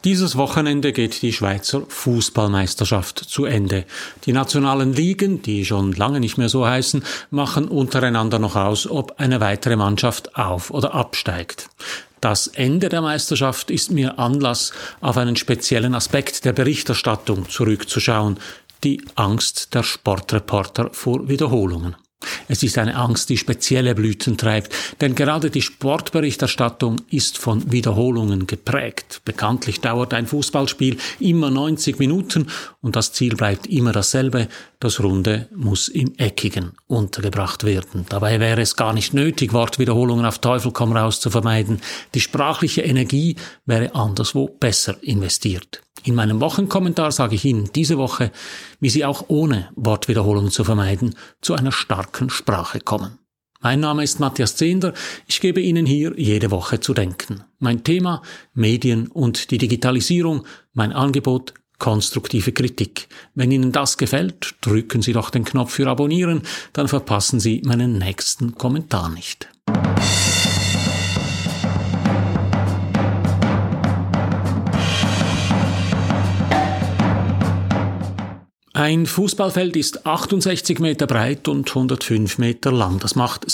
Dieses Wochenende geht die Schweizer Fußballmeisterschaft zu Ende. Die nationalen Ligen, die schon lange nicht mehr so heißen, machen untereinander noch aus, ob eine weitere Mannschaft auf- oder absteigt. Das Ende der Meisterschaft ist mir Anlass, auf einen speziellen Aspekt der Berichterstattung zurückzuschauen: die Angst der Sportreporter vor Wiederholungen. Es ist eine Angst, die spezielle Blüten treibt, denn gerade die Sportberichterstattung ist von Wiederholungen geprägt. Bekanntlich dauert ein Fußballspiel immer 90 Minuten und das Ziel bleibt immer dasselbe: das Runde muss im Eckigen untergebracht werden. Dabei wäre es gar nicht nötig, Wortwiederholungen auf Teufel komm raus zu vermeiden. Die sprachliche Energie wäre anderswo besser investiert. In meinem Wochenkommentar sage ich Ihnen diese Woche, wie Sie auch ohne Wortwiederholungen zu vermeiden zu einer starken Sprache kommen. Mein Name ist Matthias Zehnder. Ich gebe Ihnen hier jede Woche zu denken. Mein Thema: Medien und die Digitalisierung. Mein Angebot: konstruktive Kritik. Wenn Ihnen das gefällt, drücken Sie doch den Knopf für Abonnieren, dann verpassen Sie meinen nächsten Kommentar nicht. Ein Fußballfeld ist 68 Meter breit und 105 Meter lang. Das macht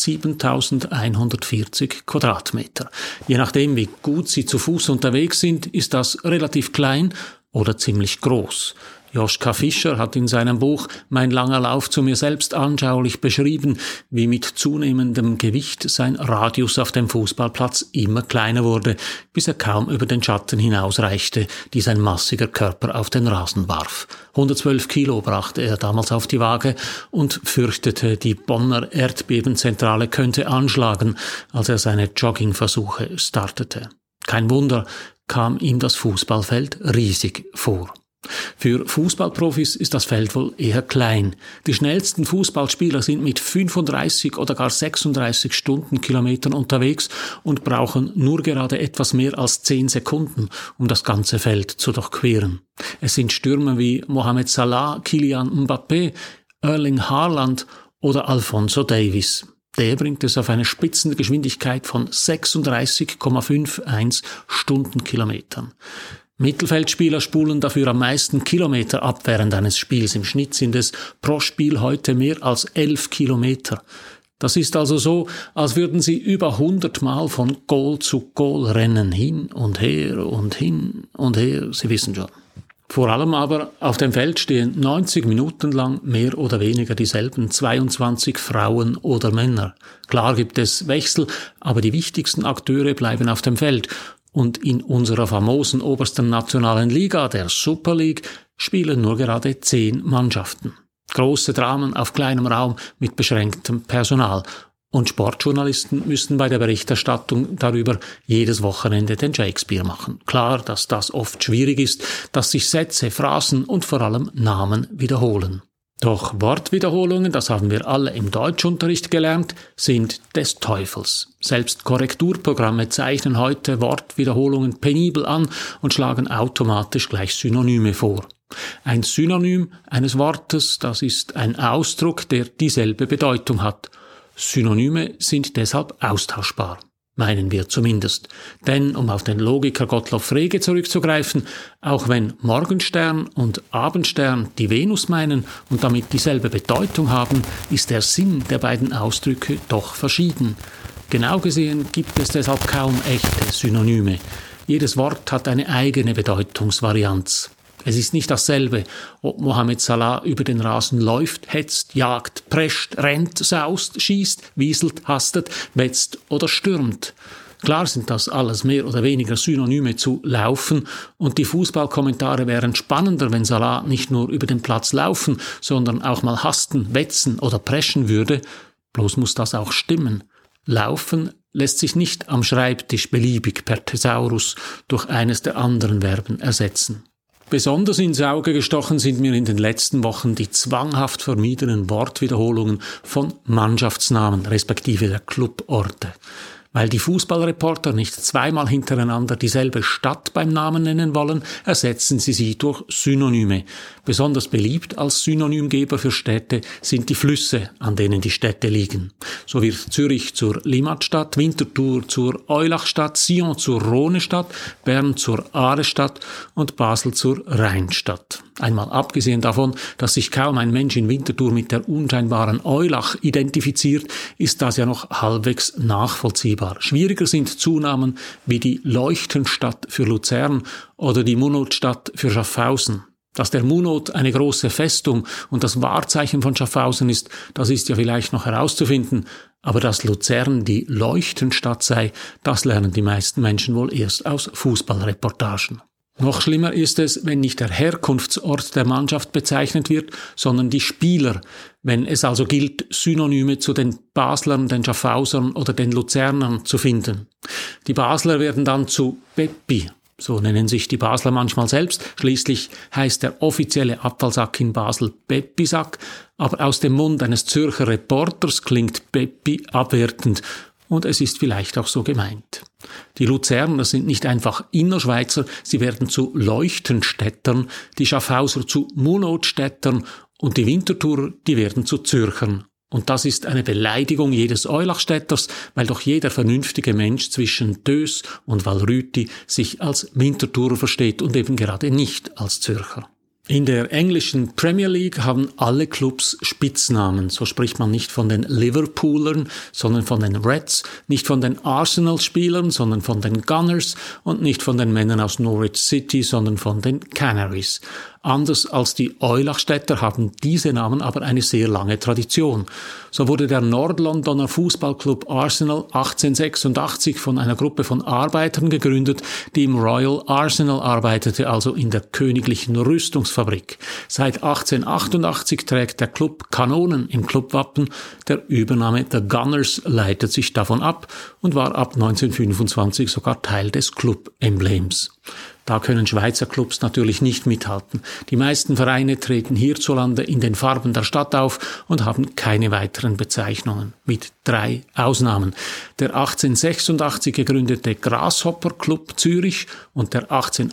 7140 Quadratmeter. Je nachdem, wie gut Sie zu Fuß unterwegs sind, ist das relativ klein oder ziemlich groß. Joschka Fischer hat in seinem Buch »Mein langer Lauf zu mir selbst« anschaulich beschrieben, wie mit zunehmendem Gewicht sein Radius auf dem Fußballplatz immer kleiner wurde, bis er kaum über den Schatten hinausreichte, die sein massiger Körper auf den Rasen warf. 112 Kilo brachte er damals auf die Waage und fürchtete, die Bonner Erdbebenzentrale könnte anschlagen, als er seine Joggingversuche startete. Kein Wunder, kam ihm das Fußballfeld riesig vor. Für Fußballprofis ist das Feld wohl eher klein. Die schnellsten Fußballspieler sind mit 35 oder gar 36 Stundenkilometern unterwegs und brauchen nur gerade etwas mehr als 10 Sekunden, um das ganze Feld zu durchqueren. Es sind Stürmer wie Mohamed Salah, Kylian Mbappé, Erling Haaland oder Alphonso Davies. Der bringt es auf eine Spitzengeschwindigkeit von 36,51 Stundenkilometern. Mittelfeldspieler spulen dafür am meisten Kilometer ab während eines Spiels. Im Schnitt sind es pro Spiel heute mehr als 11 Kilometer. Das ist also so, als würden sie über 100 Mal von Goal zu Goal rennen, hin und her und hin und her, Sie wissen schon. Vor allem aber auf dem Feld stehen 90 Minuten lang mehr oder weniger dieselben 22 Frauen oder Männer. Klar gibt es Wechsel, aber die wichtigsten Akteure bleiben auf dem Feld. Und in unserer famosen obersten nationalen Liga, der Super League, spielen nur gerade 10 Mannschaften. Große Dramen auf kleinem Raum mit beschränktem Personal. Und Sportjournalisten müssen bei der Berichterstattung darüber jedes Wochenende den Shakespeare machen. Klar, dass das oft schwierig ist, dass sich Sätze, Phrasen und vor allem Namen wiederholen. Doch Wortwiederholungen, das haben wir alle im Deutschunterricht gelernt, sind des Teufels. Selbst Korrekturprogramme zeichnen heute Wortwiederholungen penibel an und schlagen automatisch gleich Synonyme vor. Ein Synonym eines Wortes, das ist ein Ausdruck, der dieselbe Bedeutung hat. Synonyme sind deshalb austauschbar. Meinen wir zumindest. Denn, um auf den Logiker Gottlob Frege zurückzugreifen, auch wenn Morgenstern und Abendstern die Venus meinen und damit dieselbe Bedeutung haben, ist der Sinn der beiden Ausdrücke doch verschieden. Genau gesehen gibt es deshalb kaum echte Synonyme. Jedes Wort hat eine eigene Bedeutungsvarianz. Es ist nicht dasselbe, ob Mohamed Salah über den Rasen läuft, hetzt, jagt, prescht, rennt, saust, schießt, wieselt, hastet, wetzt oder stürmt. Klar sind das alles mehr oder weniger Synonyme zu laufen und die Fußballkommentare wären spannender, wenn Salah nicht nur über den Platz laufen, sondern auch mal hasten, wetzen oder preschen würde. Bloß muss das auch stimmen. Laufen lässt sich nicht am Schreibtisch beliebig per Thesaurus durch eines der anderen Verben ersetzen. Besonders ins Auge gestochen sind mir in den letzten Wochen die zwanghaft vermiedenen Wortwiederholungen von Mannschaftsnamen respektive der Cluborte. Weil die Fußballreporter nicht zweimal hintereinander dieselbe Stadt beim Namen nennen wollen, ersetzen sie sie durch Synonyme. Besonders beliebt als Synonymgeber für Städte sind die Flüsse, an denen die Städte liegen. So wird Zürich zur Limmatstadt, Winterthur zur Eulachstadt, Sion zur Rhonestadt, Bern zur Aarestadt und Basel zur Rheinstadt. Einmal abgesehen davon, dass sich kaum ein Mensch in Winterthur mit der unscheinbaren Eulach identifiziert, ist das ja noch halbwegs nachvollziehbar. Schwieriger sind Zunamen wie die Leuchtenstadt für Luzern oder die Munotstadt für Schaffhausen. Dass der Munot eine große Festung und das Wahrzeichen von Schaffhausen ist, das ist ja vielleicht noch herauszufinden, aber dass Luzern die Leuchtenstadt sei, das lernen die meisten Menschen wohl erst aus Fußballreportagen. Noch schlimmer ist es, wenn nicht der Herkunftsort der Mannschaft bezeichnet wird, sondern die Spieler, wenn es also gilt, Synonyme zu den Baslern, den Schaffhausern oder den Luzernern zu finden. Die Basler werden dann zu Beppi, so nennen sich die Basler manchmal selbst. Schließlich heißt der offizielle Abfallsack in Basel Beppisack, aber aus dem Mund eines Zürcher Reporters klingt Beppi abwertend. Und es ist vielleicht auch so gemeint. Die Luzerner sind nicht einfach Innerschweizer, sie werden zu Leuchtenstädtern, die Schaffhauser zu Munotstädtern und die Winterthurer, die werden zu Zürchern. Und das ist eine Beleidigung jedes Eulachstädters, weil doch jeder vernünftige Mensch zwischen Dös und Walrüti sich als Winterthurer versteht und eben gerade nicht als Zürcher. In der englischen Premier League haben alle Clubs Spitznamen. So spricht man nicht von den Liverpoolern, sondern von den Reds, nicht von den Arsenal-Spielern, sondern von den Gunners und nicht von den Männern aus Norwich City, sondern von den Canaries. Anders als die Eulachstädter haben diese Namen aber eine sehr lange Tradition. So wurde der Nordlondoner Fußballclub Arsenal 1886 von einer Gruppe von Arbeitern gegründet, die im Royal Arsenal arbeitete, also in der königlichen Rüstungsfabrik. Seit 1888 trägt der Club Kanonen im Clubwappen. Der Übername The Gunners leitet sich davon ab und war ab 1925 sogar Teil des Club-Emblems. Da können Schweizer Clubs natürlich nicht mithalten. Die meisten Vereine treten hierzulande in den Farben der Stadt auf und haben keine weiteren Bezeichnungen, mit 3 Ausnahmen. Der 1886 gegründete Grasshopper Club Zürich und der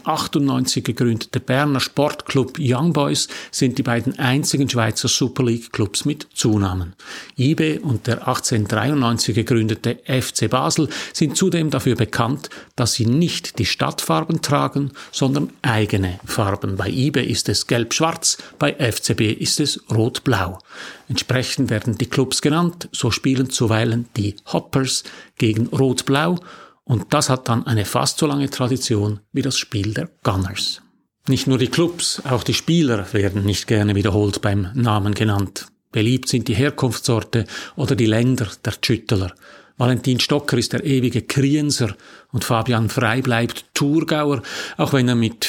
1898 gegründete Berner Sportclub Young Boys sind die beiden einzigen Schweizer Super League Clubs mit Zunamen. IB und der 1893 gegründete FC Basel sind zudem dafür bekannt, dass sie nicht die Stadtfarben tragen, sondern eigene Farben. Bei IB ist es gelb-schwarz, bei FCB ist es rot-blau. Entsprechend werden die Clubs genannt, so spielen zuweilen die Hoppers gegen rot-blau und das hat dann eine fast so lange Tradition wie das Spiel der Gunners. Nicht nur die Clubs, auch die Spieler werden nicht gerne wiederholt beim Namen genannt. Beliebt sind die Herkunftsorte oder die Länder der Tschütteler. Valentin Stocker ist der ewige Krienser und Fabian Frey bleibt Thurgauer, auch wenn er mit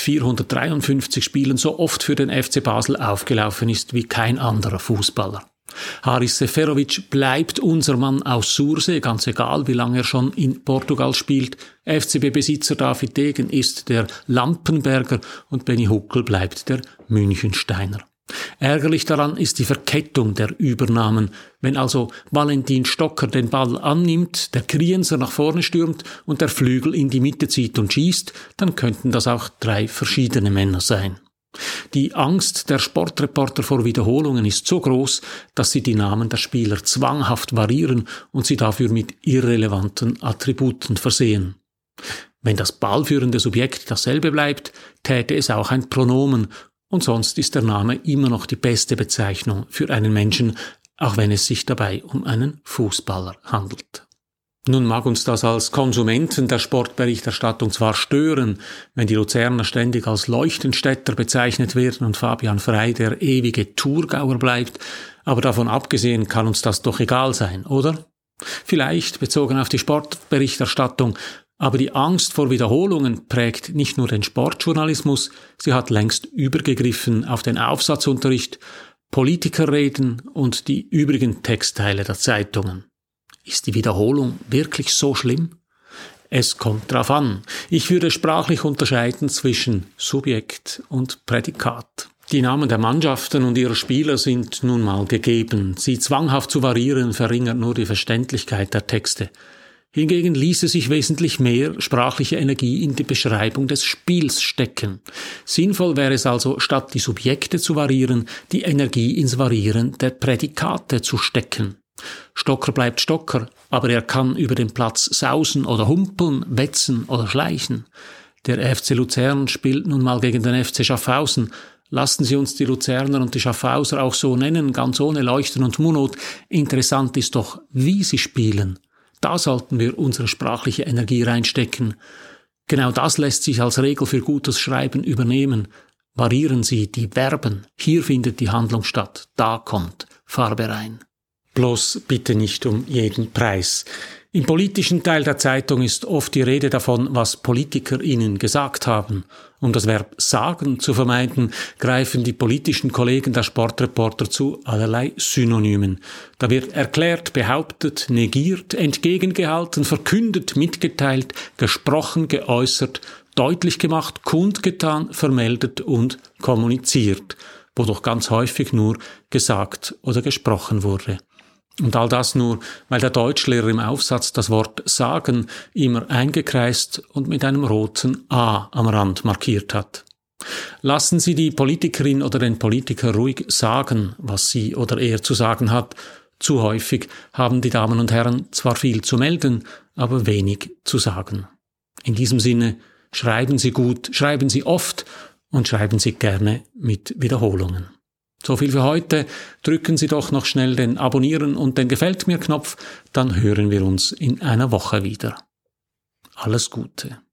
453 Spielen so oft für den FC Basel aufgelaufen ist wie kein anderer Fußballer. Haris Seferovic bleibt unser Mann aus Sursee, ganz egal wie lange er schon in Portugal spielt. FCB-Besitzer David Degen ist der Lampenberger und Benny Huckel bleibt der Münchensteiner. Ärgerlich daran ist die Verkettung der Übernamen. Wenn also Valentin Stocker den Ball annimmt, der Krienser nach vorne stürmt und der Flügel in die Mitte zieht und schießt, dann könnten das auch 3 verschiedene Männer sein. Die Angst der Sportreporter vor Wiederholungen ist so groß, dass sie die Namen der Spieler zwanghaft variieren und sie dafür mit irrelevanten Attributen versehen. Wenn das ballführende Subjekt dasselbe bleibt, täte es auch ein Pronomen, und sonst ist der Name immer noch die beste Bezeichnung für einen Menschen, auch wenn es sich dabei um einen Fußballer handelt. Nun mag uns das als Konsumenten der Sportberichterstattung zwar stören, wenn die Luzerner ständig als Leuchtenstädter bezeichnet werden und Fabian Frey der ewige Thurgauer bleibt, aber davon abgesehen kann uns das doch egal sein, oder? Vielleicht bezogen auf die Sportberichterstattung, aber die Angst vor Wiederholungen prägt nicht nur den Sportjournalismus, sie hat längst übergegriffen auf den Aufsatzunterricht, Politikerreden und die übrigen Textteile der Zeitungen. Ist die Wiederholung wirklich so schlimm? Es kommt drauf an. Ich würde sprachlich unterscheiden zwischen Subjekt und Prädikat. Die Namen der Mannschaften und ihrer Spieler sind nun mal gegeben. Sie zwanghaft zu variieren verringert nur die Verständlichkeit der Texte. Hingegen ließe sich wesentlich mehr sprachliche Energie in die Beschreibung des Spiels stecken. Sinnvoll wäre es also, statt die Subjekte zu variieren, die Energie ins Variieren der Prädikate zu stecken. Stocker bleibt Stocker, aber er kann über den Platz sausen oder humpeln, wetzen oder schleichen. Der FC Luzern spielt nun mal gegen den FC Schaffhausen. Lassen Sie uns die Luzerner und die Schaffhauser auch so nennen, ganz ohne Leuchten und Mundot. Interessant ist doch, wie sie spielen. Da sollten wir unsere sprachliche Energie reinstecken. Genau das lässt sich als Regel für gutes Schreiben übernehmen. Variieren Sie die Verben. Hier findet die Handlung statt. Da kommt Farbe rein. Bloß bitte nicht um jeden Preis. Im politischen Teil der Zeitung ist oft die Rede davon, was Politiker ihnen gesagt haben. Um das Verb sagen zu vermeiden, greifen die politischen Kollegen der Sportreporter zu allerlei Synonymen. Da wird erklärt, behauptet, negiert, entgegengehalten, verkündet, mitgeteilt, gesprochen, geäußert, deutlich gemacht, kundgetan, vermeldet und kommuniziert, wo doch ganz häufig nur gesagt oder gesprochen wurde. Und all das nur, weil der Deutschlehrer im Aufsatz das Wort sagen immer eingekreist und mit einem roten A am Rand markiert hat. Lassen Sie die Politikerin oder den Politiker ruhig sagen, was sie oder er zu sagen hat. Zu häufig haben die Damen und Herren zwar viel zu melden, aber wenig zu sagen. In diesem Sinne, schreiben Sie gut, schreiben Sie oft und schreiben Sie gerne mit Wiederholungen. So viel für heute. Drücken Sie doch noch schnell den Abonnieren und den Gefällt mir Knopf, dann hören wir uns in einer Woche wieder. Alles Gute.